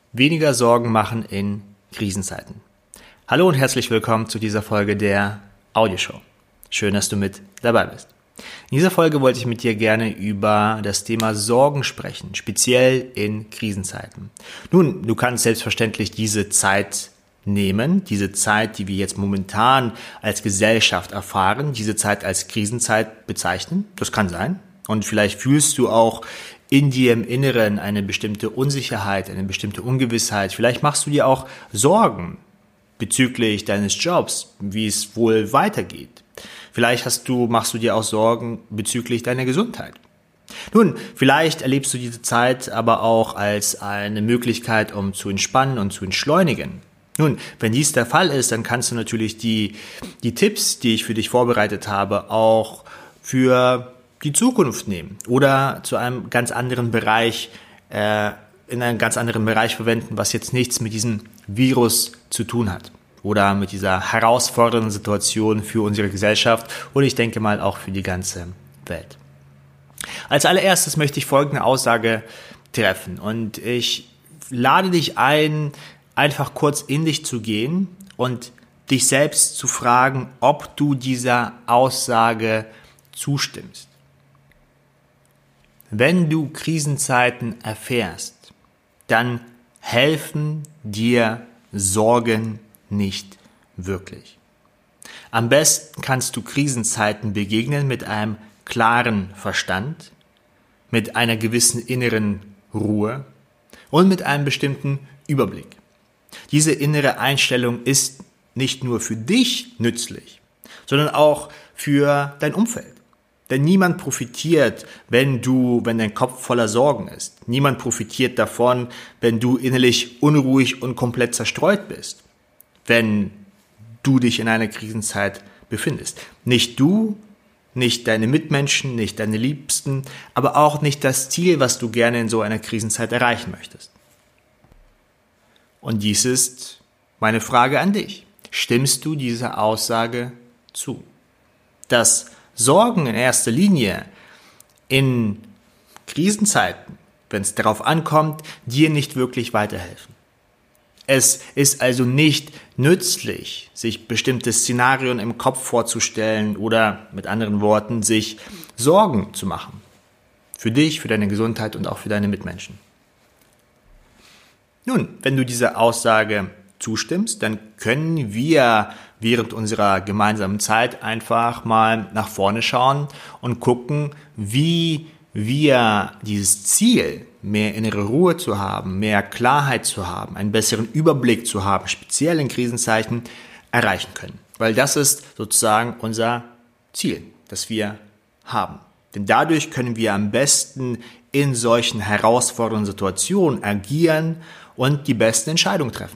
Weniger Sorgen machen in Krisenzeiten. Hallo und herzlich willkommen zu dieser Folge der Audioshow. Schön, dass du mit dabei bist. In dieser Folge wollte ich mit dir gerne über das Thema Sorgen sprechen, speziell in Krisenzeiten. Nun, du kannst selbstverständlich diese Zeit nehmen, diese Zeit, die wir jetzt momentan als Gesellschaft erfahren, diese Zeit als Krisenzeit bezeichnen. Das kann sein. Und vielleicht fühlst du auch in dir im Inneren eine bestimmte Unsicherheit, eine bestimmte Ungewissheit. Vielleicht machst du dir auch Sorgen bezüglich deines Jobs, wie es wohl weitergeht. Vielleicht machst du dir auch Sorgen bezüglich deiner Gesundheit. Nun, vielleicht erlebst du diese Zeit aber auch als eine Möglichkeit, um zu entspannen und zu entschleunigen. Nun, wenn dies der Fall ist, dann kannst du natürlich die Tipps, die ich für dich vorbereitet habe, auch für die Zukunft nehmen oder zu einem ganz anderen Bereich, in einem ganz anderen Bereich verwenden, was jetzt nichts mit diesem Virus zu tun hat oder mit dieser herausfordernden Situation für unsere Gesellschaft und ich denke mal auch für die ganze Welt. Als allererstes möchte ich folgende Aussage treffen und ich lade dich ein, einfach kurz in dich zu gehen und dich selbst zu fragen, ob du dieser Aussage zustimmst. Wenn du Krisenzeiten erfährst, dann helfen dir Sorgen nicht wirklich. Am besten kannst du Krisenzeiten begegnen mit einem klaren Verstand, mit einer gewissen inneren Ruhe und mit einem bestimmten Überblick. Diese innere Einstellung ist nicht nur für dich nützlich, sondern auch für dein Umfeld. Denn niemand profitiert, wenn dein Kopf voller Sorgen ist. Niemand profitiert davon, wenn du innerlich unruhig und komplett zerstreut bist, wenn du dich in einer Krisenzeit befindest. Nicht du, nicht deine Mitmenschen, nicht deine Liebsten, aber auch nicht das Ziel, was du gerne in so einer Krisenzeit erreichen möchtest. Und dies ist meine Frage an dich. Stimmst du dieser Aussage zu? Dass Sorgen in erster Linie in Krisenzeiten, wenn es darauf ankommt, dir nicht wirklich weiterhelfen. Es ist also nicht nützlich, sich bestimmte Szenarien im Kopf vorzustellen oder mit anderen Worten, sich Sorgen zu machen. Für dich, für deine Gesundheit und auch für deine Mitmenschen. Nun, wenn du dieser Aussage zustimmst, dann können wir während unserer gemeinsamen Zeit einfach mal nach vorne schauen und gucken, wie wir dieses Ziel, mehr innere Ruhe zu haben, mehr Klarheit zu haben, einen besseren Überblick zu haben, speziell in Krisenzeiten, erreichen können. Weil das ist sozusagen unser Ziel, das wir haben. Denn dadurch können wir am besten in solchen herausfordernden Situationen agieren und die besten Entscheidungen treffen.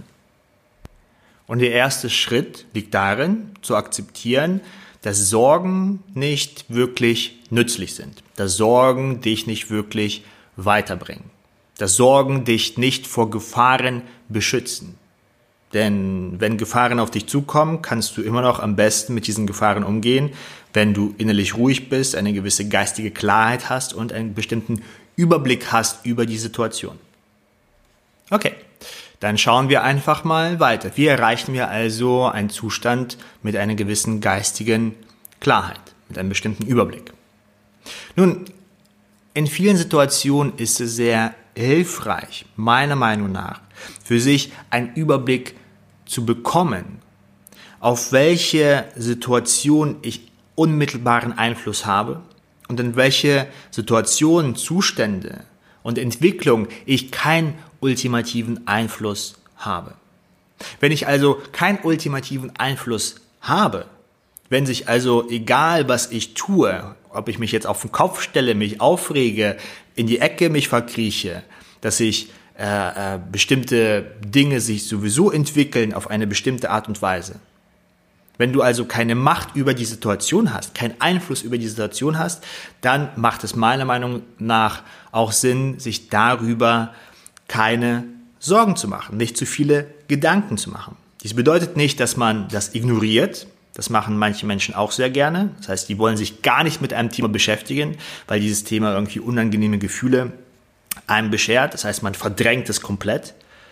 Und der erste Schritt liegt darin, zu akzeptieren, dass Sorgen nicht wirklich nützlich sind, dass Sorgen dich nicht wirklich weiterbringen, dass Sorgen dich nicht vor Gefahren beschützen. Denn wenn Gefahren auf dich zukommen, kannst du immer noch am besten mit diesen Gefahren umgehen, wenn du innerlich ruhig bist, eine gewisse geistige Klarheit hast und einen bestimmten Überblick hast über die Situation. Okay. Dann schauen wir einfach mal weiter. Wie erreichen wir also einen Zustand mit einer gewissen geistigen Klarheit, mit einem bestimmten Überblick? Nun, in vielen Situationen ist es sehr hilfreich, meiner Meinung nach, für sich einen Überblick zu bekommen, auf welche Situation ich unmittelbaren Einfluss habe und in welche Situationen, Zustände und Entwicklung ich keinen ultimativen Einfluss habe. Wenn ich also keinen ultimativen Einfluss habe, wenn sich also egal was ich tue, ob ich mich jetzt auf den Kopf stelle, mich aufrege, in die Ecke mich verkrieche, dass sich bestimmte Dinge sich sowieso entwickeln auf eine bestimmte Art und Weise. Wenn du also keine Macht über die Situation hast, keinen Einfluss über die Situation hast, dann macht es meiner Meinung nach auch Sinn, sich darüber keine Sorgen zu machen, nicht zu viele Gedanken zu machen. Dies bedeutet nicht, dass man das ignoriert. Das machen manche Menschen auch sehr gerne. Das heißt, die wollen sich gar nicht mit einem Thema beschäftigen, weil dieses Thema irgendwie unangenehme Gefühle einem beschert. Das heißt, man verdrängt es komplett.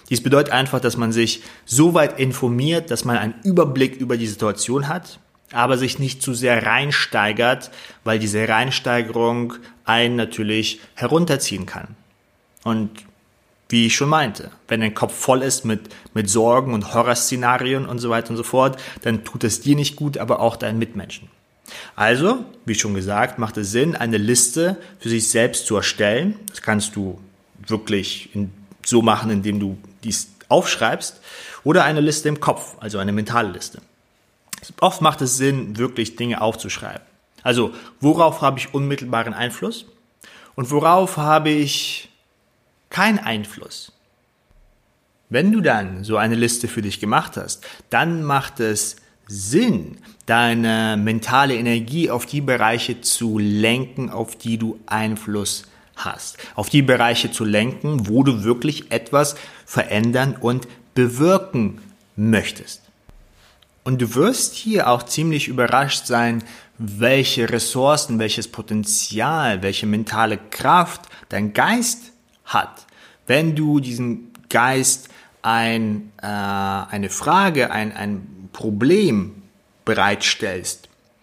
Dies bedeutet einfach, dass man sich so weit informiert, dass man einen Überblick über die Situation hat, aber sich nicht zu sehr reinsteigert, weil diese Reinsteigerung einen natürlich herunterziehen kann. Und wie ich schon meinte, wenn dein Kopf voll ist mit Sorgen und Horrorszenarien und so weiter und so fort, dann tut es dir nicht gut, aber auch deinen Mitmenschen. Also, wie schon gesagt, macht es Sinn, eine Liste für sich selbst zu erstellen. Das kannst du wirklich so machen, indem du dies aufschreibst, oder eine Liste im Kopf, also eine mentale Liste. Oft macht es Sinn, wirklich Dinge aufzuschreiben. Also, worauf habe ich unmittelbaren Einfluss und worauf habe ich keinen Einfluss? Wenn du dann so eine Liste für dich gemacht hast, dann macht es Sinn, deine mentale Energie auf die Bereiche zu lenken, auf die du Einfluss hast. Auf die Bereiche zu lenken, wo du wirklich etwas verändern und bewirken möchtest. Und du wirst hier auch ziemlich überrascht sein, welche Ressourcen, welches Potenzial, welche mentale Kraft dein Geist hat, wenn du diesem Geist eine Frage, ein Problem bereitstellst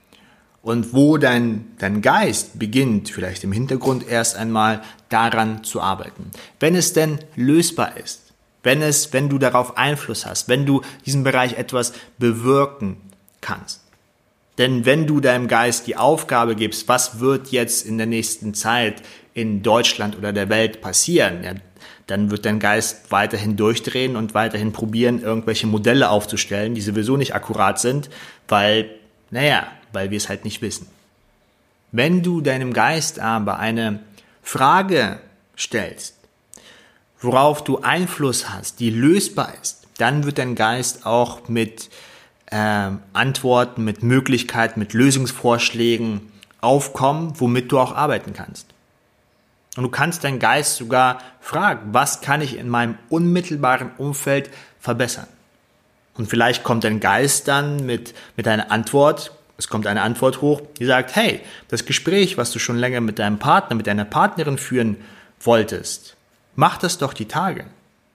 und wo dein Geist beginnt, vielleicht im Hintergrund erst einmal daran zu arbeiten. Wenn es denn lösbar ist, wenn du darauf Einfluss hast, wenn du diesen Bereich etwas bewirken kannst. Denn wenn du deinem Geist die Aufgabe gibst, was wird jetzt in der nächsten Zeit in Deutschland oder der Welt passieren, ja, dann wird dein Geist weiterhin durchdrehen und weiterhin probieren, irgendwelche Modelle aufzustellen, die sowieso nicht akkurat sind, weil wir es halt nicht wissen. Wenn du deinem Geist aber eine Frage stellst, worauf du Einfluss hast, die lösbar ist, dann wird dein Geist auch mit Antworten, mit Möglichkeiten, mit Lösungsvorschlägen aufkommen, womit du auch arbeiten kannst. Und du kannst deinen Geist sogar fragen, was kann ich in meinem unmittelbaren Umfeld verbessern? Und vielleicht kommt dein Geist dann mit einer Antwort, es kommt eine Antwort hoch, die sagt, hey, das Gespräch, was du schon länger mit deinem Partner, mit deiner Partnerin führen wolltest, mach das doch die Tage.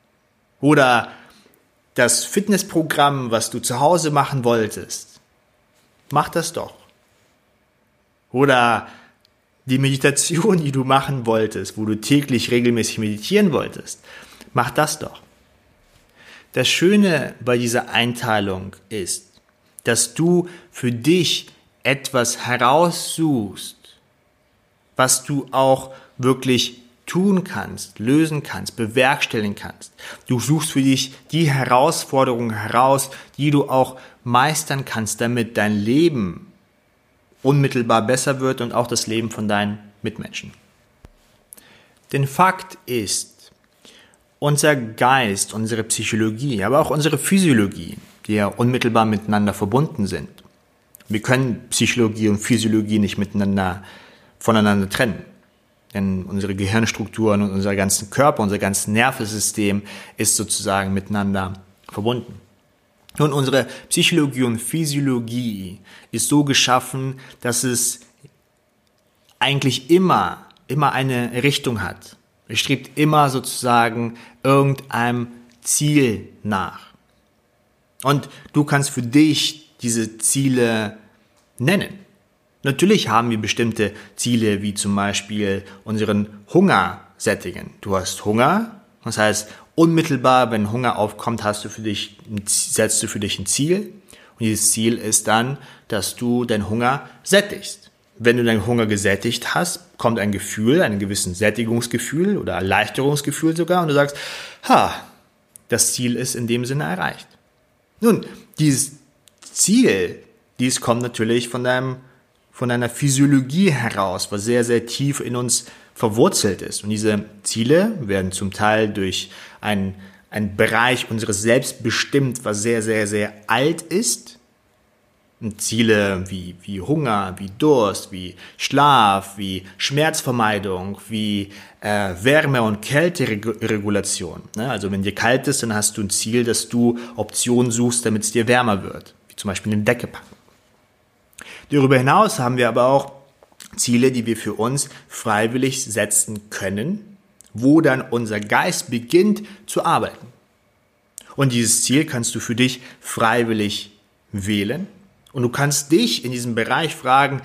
Oder das Fitnessprogramm, was du zu Hause machen wolltest, mach das doch. Oder die Meditation, die du machen wolltest, wo du täglich regelmäßig meditieren wolltest, mach das doch. Das Schöne bei dieser Einteilung ist, dass du für dich etwas heraussuchst, was du auch wirklich tun kannst, lösen kannst, bewerkstelligen kannst. Du suchst für dich die Herausforderungen heraus, die du auch meistern kannst, damit dein Leben unmittelbar besser wird und auch das Leben von deinen Mitmenschen. Denn Fakt ist, unser Geist, unsere Psychologie, aber auch unsere Physiologie, die ja unmittelbar miteinander verbunden sind. Wir können Psychologie und Physiologie nicht voneinander trennen. Denn unsere Gehirnstrukturen und unser ganzen Körper, unser ganzes Nervensystem ist sozusagen miteinander verbunden. Nun, unsere Psychologie und Physiologie ist so geschaffen, dass es eigentlich immer eine Richtung hat. Es strebt immer sozusagen irgendeinem Ziel nach. Und du kannst für dich diese Ziele nennen. Natürlich haben wir bestimmte Ziele, wie zum Beispiel unseren Hunger sättigen. Du hast Hunger, das heißt, unmittelbar, wenn Hunger aufkommt, setzt du für dich ein Ziel. Und dieses Ziel ist dann, dass du deinen Hunger sättigst. Wenn du deinen Hunger gesättigt hast, kommt ein Gefühl, ein gewisses Sättigungsgefühl oder Erleichterungsgefühl sogar und du sagst, das Ziel ist in dem Sinne erreicht. Nun, dieses Ziel, kommt natürlich von deiner Physiologie heraus, was sehr, sehr tief in uns verwurzelt ist. Und diese Ziele werden zum Teil durch einen Bereich unseres Selbst bestimmt, was sehr, sehr, sehr alt ist. Und Ziele wie Hunger, wie Durst, wie Schlaf, wie Schmerzvermeidung, wie Wärme- und Kälteregulation. Also wenn dir kalt ist, dann hast du ein Ziel, dass du Optionen suchst, damit es dir wärmer wird. Wie zum Beispiel eine Decke packen. Darüber hinaus haben wir aber auch Ziele, die wir für uns freiwillig setzen können, wo dann unser Geist beginnt zu arbeiten. Und dieses Ziel kannst du für dich freiwillig wählen. Und du kannst dich in diesem Bereich fragen,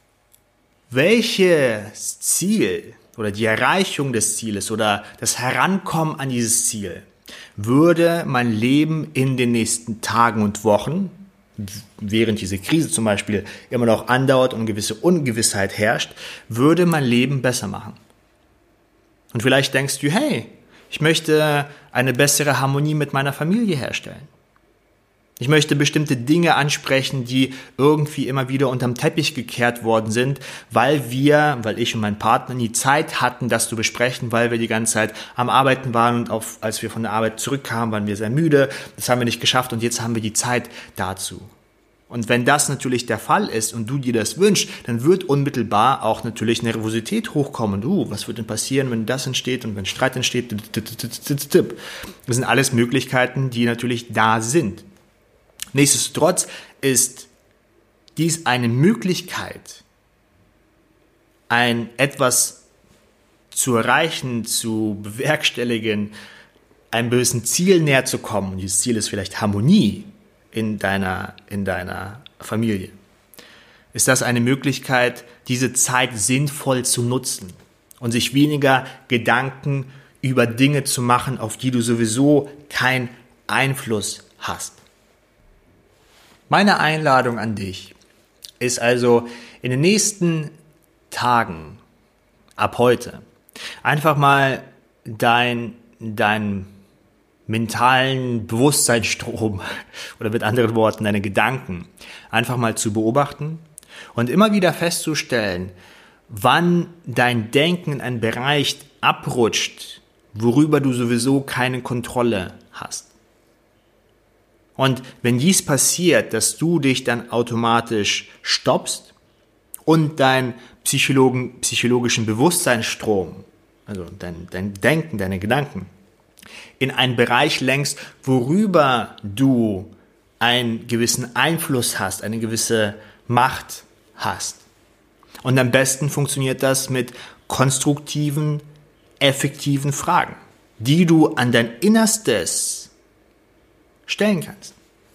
welches Ziel oder die Erreichung des Zieles oder das Herankommen an dieses Ziel würde mein Leben in den nächsten Tagen und Wochen, während diese Krise zum Beispiel immer noch andauert und gewisse Ungewissheit herrscht, würde mein Leben besser machen. Und vielleicht denkst du, hey, ich möchte eine bessere Harmonie mit meiner Familie herstellen. Ich möchte bestimmte Dinge ansprechen, die irgendwie immer wieder unterm Teppich gekehrt worden sind, weil ich und mein Partner nie Zeit hatten, das zu besprechen, weil wir die ganze Zeit am Arbeiten waren und als wir von der Arbeit zurückkamen, waren wir sehr müde. Das haben wir nicht geschafft und jetzt haben wir die Zeit dazu. Und wenn das natürlich der Fall ist und du dir das wünschst, dann wird unmittelbar auch natürlich Nervosität hochkommen. Was wird denn passieren, wenn das entsteht und wenn Streit entsteht? Das sind alles Möglichkeiten, die natürlich da sind. Nichtsdestotrotz ist dies eine Möglichkeit, etwas zu erreichen, zu bewerkstelligen, einem bösen Ziel näher zu kommen. Und dieses Ziel ist vielleicht Harmonie in deiner Familie. Ist das eine Möglichkeit, diese Zeit sinnvoll zu nutzen und sich weniger Gedanken über Dinge zu machen, auf die du sowieso keinen Einfluss hast? Meine Einladung an dich ist also in den nächsten Tagen, ab heute, einfach mal deinen mentalen Bewusstseinsstrom oder mit anderen Worten deine Gedanken einfach mal zu beobachten und immer wieder festzustellen, wann dein Denken in einen Bereich abrutscht, worüber du sowieso keine Kontrolle hast. Und wenn dies passiert, dass du dich dann automatisch stoppst und deinen psychologischen Bewusstseinsstrom, also dein Denken, deine Gedanken, in einen Bereich lenkst, worüber du einen gewissen Einfluss hast, eine gewisse Macht hast. Und am besten funktioniert das mit konstruktiven, effektiven Fragen, die du an dein Innerstes stellen kannst.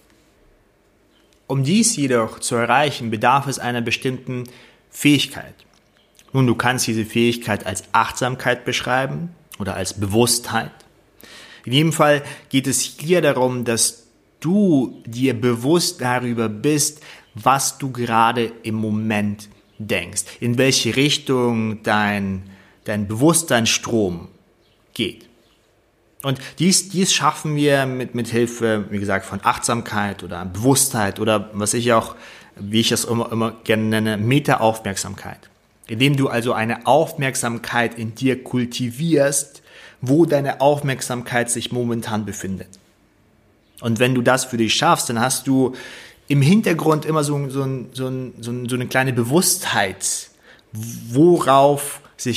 Um dies jedoch zu erreichen, bedarf es einer bestimmten Fähigkeit. Nun, du kannst diese Fähigkeit als Achtsamkeit beschreiben oder als Bewusstheit. In jedem Fall geht es hier darum, dass du dir bewusst darüber bist, was du gerade im Moment denkst, in welche Richtung dein Bewusstseinsstrom geht. Und dies schaffen wir mit Hilfe, wie gesagt, von Achtsamkeit oder Bewusstheit oder wie ich es immer gerne nenne, Meta-Aufmerksamkeit. Indem du also eine Aufmerksamkeit in dir kultivierst, wo deine Aufmerksamkeit sich momentan befindet. Und wenn du das für dich schaffst, dann hast du im Hintergrund immer so eine kleine Bewusstheit, worauf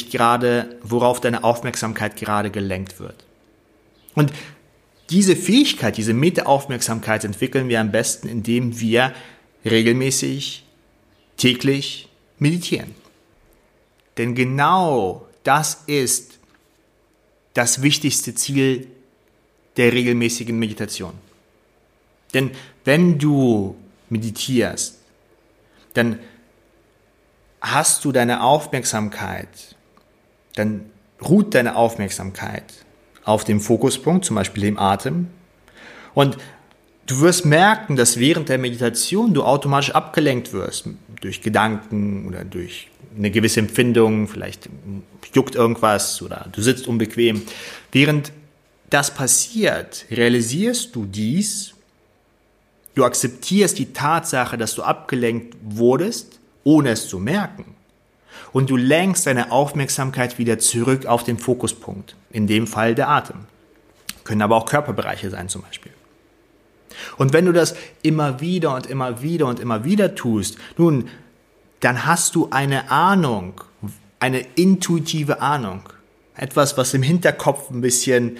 deine Aufmerksamkeit gerade gelenkt wird. Und diese Fähigkeit, diese Meta-Aufmerksamkeit entwickeln wir am besten, indem wir regelmäßig, täglich meditieren. Denn genau das ist das wichtigste Ziel der regelmäßigen Meditation. Denn wenn du meditierst, dann hast du deine Aufmerksamkeit, dann ruht deine Aufmerksamkeit auf dem Fokuspunkt, zum Beispiel dem Atem. Und du wirst merken, dass während der Meditation du automatisch abgelenkt wirst durch Gedanken oder durch eine gewisse Empfindung, vielleicht juckt irgendwas oder du sitzt unbequem. Während das passiert, realisierst du dies, du akzeptierst die Tatsache, dass du abgelenkt wurdest, ohne es zu merken. Und du lenkst deine Aufmerksamkeit wieder zurück auf den Fokuspunkt, in dem Fall der Atem. Können aber auch Körperbereiche sein zum Beispiel. Und wenn du das immer wieder und immer wieder und immer wieder tust, nun, dann hast du eine Ahnung, eine intuitive Ahnung. Etwas, was im Hinterkopf ein bisschen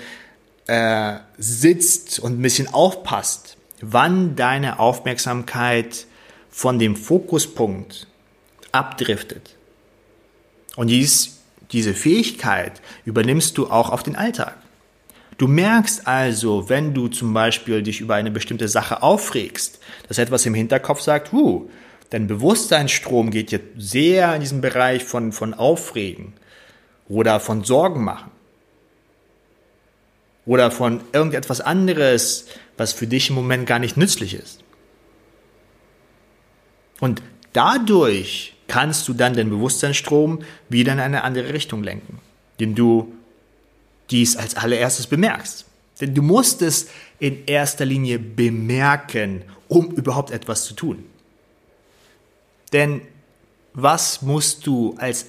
sitzt und ein bisschen aufpasst, wann deine Aufmerksamkeit von dem Fokuspunkt abdriftet. Und diese Fähigkeit übernimmst du auch auf den Alltag. Du merkst also, wenn du zum Beispiel dich über eine bestimmte Sache aufregst, dass etwas im Hinterkopf sagt, dein Bewusstseinsstrom geht jetzt sehr in diesen Bereich von Aufregen oder von Sorgen machen oder von irgendetwas anderes, was für dich im Moment gar nicht nützlich ist. Und dadurch kannst du dann den Bewusstseinsstrom wieder in eine andere Richtung lenken, indem du dies als allererstes bemerkst. Denn du musst es in erster Linie bemerken, um überhaupt etwas zu tun. Denn was musst du als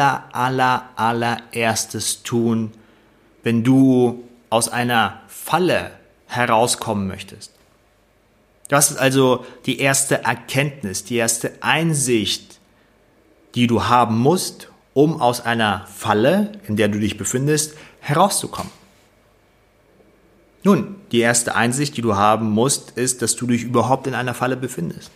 allererstes tun, wenn du aus einer Falle herauskommen möchtest? Das ist also die erste Erkenntnis, die erste Einsicht, die du haben musst, um aus einer Falle, in der du dich befindest, herauszukommen. Nun, die erste Einsicht, die du haben musst, ist, dass du dich überhaupt in einer Falle befindest.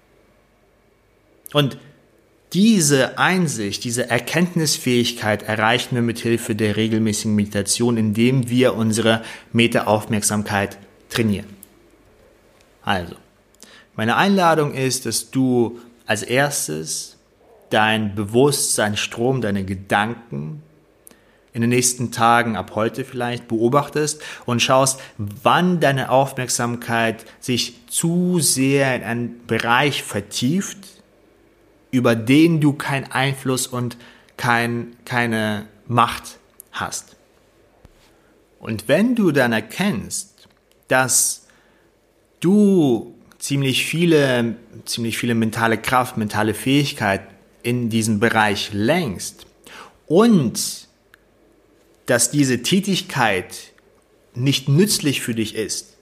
Und diese Einsicht, diese Erkenntnisfähigkeit erreichen wir mit Hilfe der regelmäßigen Meditation, indem wir unsere Meta-Aufmerksamkeit trainieren. Also, meine Einladung ist, dass du als erstes dein Bewusstseinsstrom, deine Gedanken in den nächsten Tagen, ab heute vielleicht, beobachtest und schaust, wann deine Aufmerksamkeit sich zu sehr in einen Bereich vertieft, über den du keinen Einfluss und keine Macht hast. Und wenn du dann erkennst, dass du ziemlich viele mentale Kraft, mentale Fähigkeit in diesen Bereich lenkst und dass diese Tätigkeit nicht nützlich für dich ist,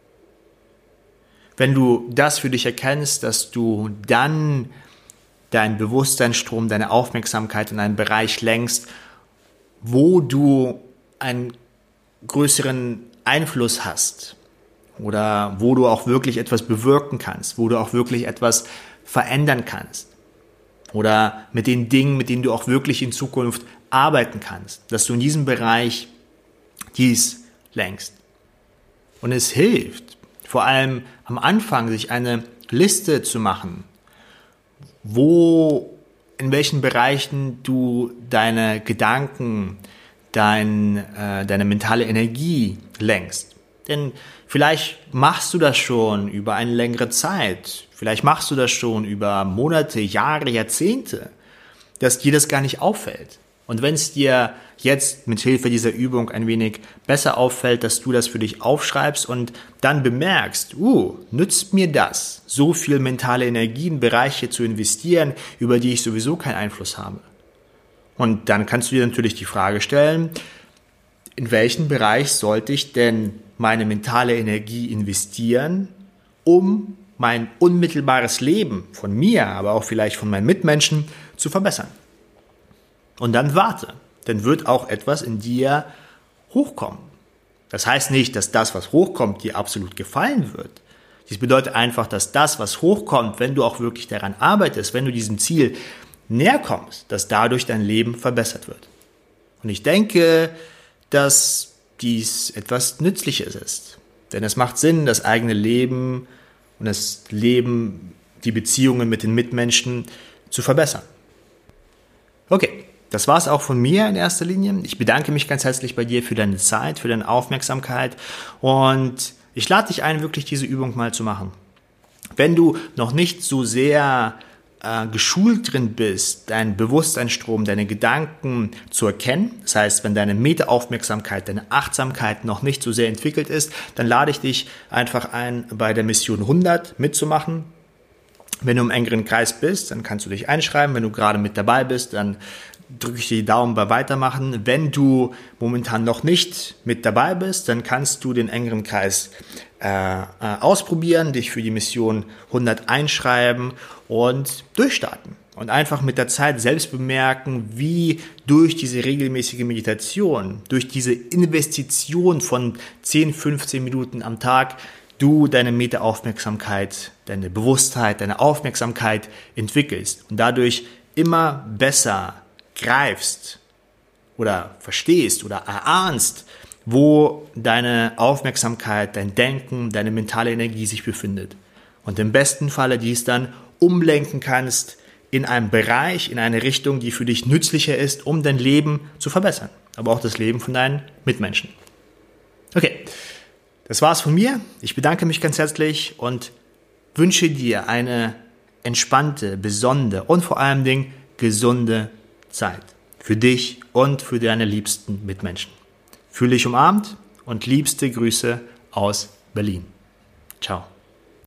wenn du das für dich erkennst, dass du dann deinen Bewusstseinsstrom, deine Aufmerksamkeit in einen Bereich lenkst, wo du einen größeren Einfluss hast oder wo du auch wirklich etwas bewirken kannst, wo du auch wirklich etwas verändern kannst oder mit den Dingen, mit denen du auch wirklich in Zukunft arbeiten kannst, dass du in diesem Bereich dies lenkst. Und es hilft, vor allem am Anfang, sich eine Liste zu machen, in welchen Bereichen du deine Gedanken, deine mentale Energie lenkst. Denn vielleicht machst du das schon über eine längere Zeit, vielleicht machst du das schon über Monate, Jahre, Jahrzehnte, dass dir das gar nicht auffällt. Und wenn es dir jetzt mit Hilfe dieser Übung ein wenig besser auffällt, dass du das für dich aufschreibst und dann bemerkst, nützt mir das, so viel mentale Energie in Bereiche zu investieren, über die ich sowieso keinen Einfluss habe. Und dann kannst du dir natürlich die Frage stellen, in welchen Bereich sollte ich denn meine mentale Energie investieren, um mein unmittelbares Leben von mir, aber auch vielleicht von meinen Mitmenschen zu verbessern? Und dann warte, dann wird auch etwas in dir hochkommen. Das heißt nicht, dass das, was hochkommt, dir absolut gefallen wird. Dies bedeutet einfach, dass das, was hochkommt, wenn du auch wirklich daran arbeitest, wenn du diesem Ziel näher kommst, dass dadurch dein Leben verbessert wird. Und ich denke, dass dies etwas Nützliches ist. Denn es macht Sinn, das eigene Leben und das Leben, die Beziehungen mit den Mitmenschen zu verbessern. Okay. Das war es auch von mir in erster Linie. Ich bedanke mich ganz herzlich bei dir für deine Zeit, für deine Aufmerksamkeit und ich lade dich ein, wirklich diese Übung mal zu machen. Wenn du noch nicht so sehr geschult drin bist, deinen Bewusstseinsstrom, deine Gedanken zu erkennen, das heißt, wenn deine Meta-Aufmerksamkeit, deine Achtsamkeit noch nicht so sehr entwickelt ist, dann lade ich dich einfach ein, bei der Mission 100 mitzumachen. Wenn du im engeren Kreis bist, dann kannst du dich einschreiben. Wenn du gerade mit dabei bist, dann drücke ich dir die Daumen bei Weitermachen. Wenn du momentan noch nicht mit dabei bist, dann kannst du den engeren Kreis ausprobieren, dich für die Mission 100 einschreiben und durchstarten. Und einfach mit der Zeit selbst bemerken, wie durch diese regelmäßige Meditation, durch diese Investition von 10, 15 Minuten am Tag, du deine Meta-Aufmerksamkeit, deine Bewusstheit, deine Aufmerksamkeit entwickelst und dadurch immer besser greifst oder verstehst oder erahnst, wo deine Aufmerksamkeit, dein Denken, deine mentale Energie sich befindet. Und im besten Falle dies dann umlenken kannst in einen Bereich, in eine Richtung, die für dich nützlicher ist, um dein Leben zu verbessern. Aber auch das Leben von deinen Mitmenschen. Okay, das war's von mir. Ich bedanke mich ganz herzlich und wünsche dir eine entspannte, besondere und vor allem gesunde Zeit. Für dich und für deine liebsten Mitmenschen. Fühle dich umarmt und liebste Grüße aus Berlin. Ciao.